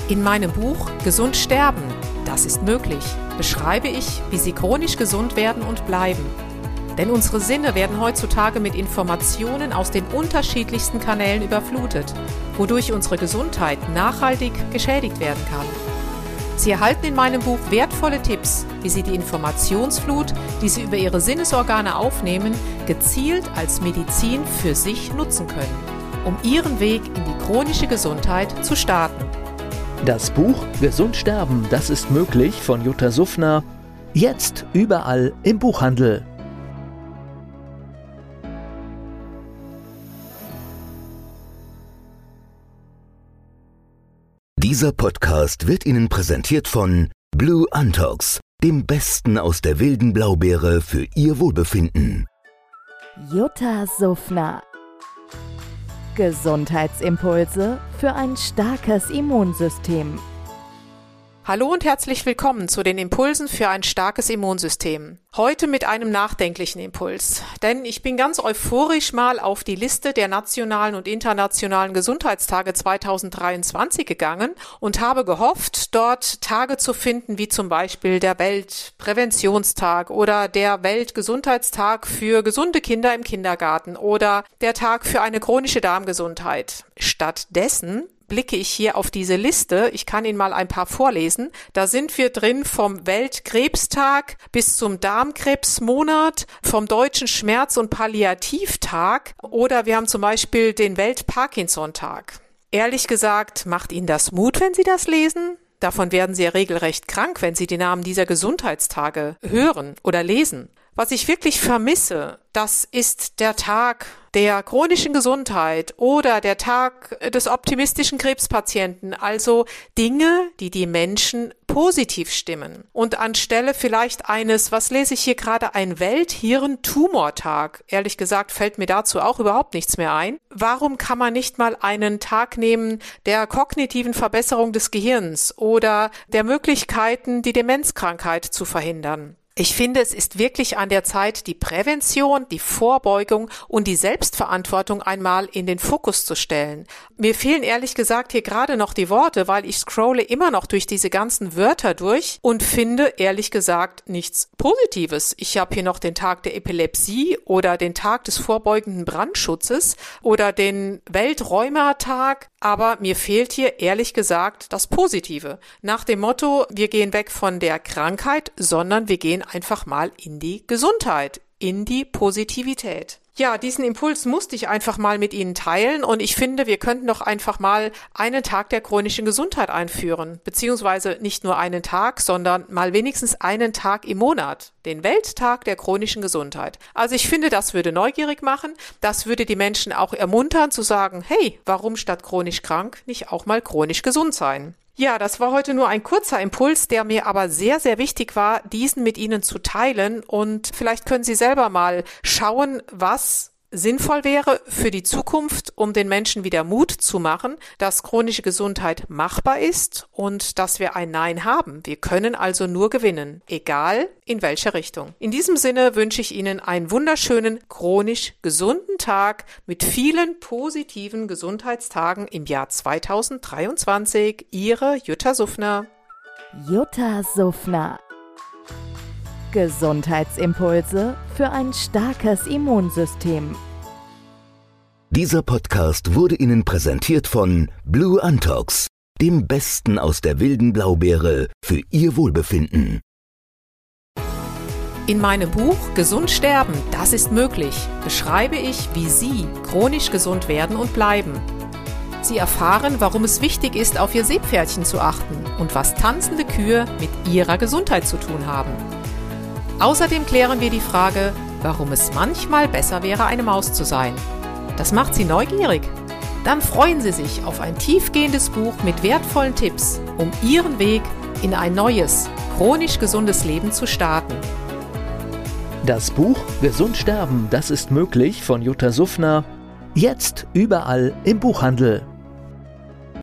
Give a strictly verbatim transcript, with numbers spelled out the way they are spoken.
In meinem Buch Gesund sterben, das ist möglich, beschreibe ich, wie Sie chronisch gesund werden und bleiben. Denn unsere Sinne werden heutzutage mit Informationen aus den unterschiedlichsten Kanälen überflutet, wodurch unsere Gesundheit nachhaltig geschädigt werden kann. Sie erhalten in meinem Buch wertvolle Tipps, wie Sie die Informationsflut, die Sie über Ihre Sinnesorgane aufnehmen, gezielt als Medizin für sich nutzen können, um Ihren Weg in die chronische Gesundheit zu starten. Das Buch Gesund sterben, das ist möglich von Jutta Suffner. Jetzt überall im Buchhandel. Dieser Podcast wird Ihnen präsentiert von Blue Antox, dem Besten aus der wilden Blaubeere für Ihr Wohlbefinden. Jutta Suffner. Gesundheitsimpulse für ein starkes Immunsystem. Hallo und herzlich willkommen zu den Impulsen für ein starkes Immunsystem. Heute mit einem nachdenklichen Impuls, denn ich bin ganz euphorisch mal auf die Liste der nationalen und internationalen Gesundheitstage zweitausenddreiundzwanzig gegangen und habe gehofft, dort Tage zu finden, wie zum Beispiel der Weltpräventionstag oder der Weltgesundheitstag für gesunde Kinder im Kindergarten oder der Tag für eine chronische Darmgesundheit. Stattdessen blicke ich hier auf diese Liste. Ich kann Ihnen mal ein paar vorlesen. Da sind wir drin vom Weltkrebstag bis zum Darmkrebsmonat, vom Deutschen Schmerz- und Palliativtag oder wir haben zum Beispiel den Welt-Parkinson-Tag. Ehrlich gesagt, macht Ihnen das Mut, wenn Sie das lesen? Davon werden Sie ja regelrecht krank, wenn Sie die Namen dieser Gesundheitstage hören oder lesen. Was ich wirklich vermisse, das ist der Tag der chronischen Gesundheit oder der Tag des optimistischen Krebspatienten, also Dinge, die die Menschen positiv stimmen. Und anstelle vielleicht eines, was lese ich hier gerade, ein Welthirntumortag, ehrlich gesagt fällt mir dazu auch überhaupt nichts mehr ein. Warum kann man nicht mal einen Tag nehmen der kognitiven Verbesserung des Gehirns oder der Möglichkeiten, die Demenzkrankheit zu verhindern? Ich finde, es ist wirklich an der Zeit, die Prävention, die Vorbeugung und die Selbstverantwortung einmal in den Fokus zu stellen. Mir fehlen ehrlich gesagt hier gerade noch die Worte, weil ich scrolle immer noch durch diese ganzen Wörter durch und finde ehrlich gesagt nichts Positives. Ich habe hier noch den Tag der Epilepsie oder den Tag des vorbeugenden Brandschutzes oder den Weltrheumatag, aber mir fehlt hier ehrlich gesagt das Positive. Nach dem Motto, wir gehen weg von der Krankheit, sondern wir gehen einfach mal in die Gesundheit, in die Positivität. Ja, diesen Impuls musste ich einfach mal mit Ihnen teilen und ich finde, wir könnten doch einfach mal einen Tag der chronischen Gesundheit einführen, beziehungsweise nicht nur einen Tag, sondern mal wenigstens einen Tag im Monat, den Welttag der chronischen Gesundheit. Also ich finde, das würde neugierig machen, das würde die Menschen auch ermuntern zu sagen, hey, warum statt chronisch krank nicht auch mal chronisch gesund sein? Ja, das war heute nur ein kurzer Impuls, der mir aber sehr, sehr wichtig war, diesen mit Ihnen zu teilen und vielleicht können Sie selber mal schauen, was sinnvoll wäre für die Zukunft, um den Menschen wieder Mut zu machen, dass chronische Gesundheit machbar ist und dass wir ein Nein haben. Wir können also nur gewinnen, egal in welche Richtung. In diesem Sinne wünsche ich Ihnen einen wunderschönen, chronisch gesunden Tag mit vielen positiven Gesundheitstagen im Jahr zweitausenddreiundzwanzig. Ihre Jutta Suffner. Jutta Suffner. Gesundheitsimpulse für ein starkes Immunsystem. Dieser Podcast wurde Ihnen präsentiert von Blue Antox, dem Besten aus der wilden Blaubeere für Ihr Wohlbefinden. In meinem Buch Gesund sterben, das ist möglich, beschreibe ich, wie Sie chronisch gesund werden und bleiben. Sie erfahren, warum es wichtig ist, auf Ihr Seepferdchen zu achten und was tanzende Kühe mit Ihrer Gesundheit zu tun haben. Außerdem klären wir die Frage, warum es manchmal besser wäre, eine Maus zu sein. Das macht Sie neugierig? Dann freuen Sie sich auf ein tiefgehendes Buch mit wertvollen Tipps, um Ihren Weg in ein neues, chronisch gesundes Leben zu starten. Das Buch Gesund sterben, das ist möglich von Jutta Suffner. Jetzt überall im Buchhandel.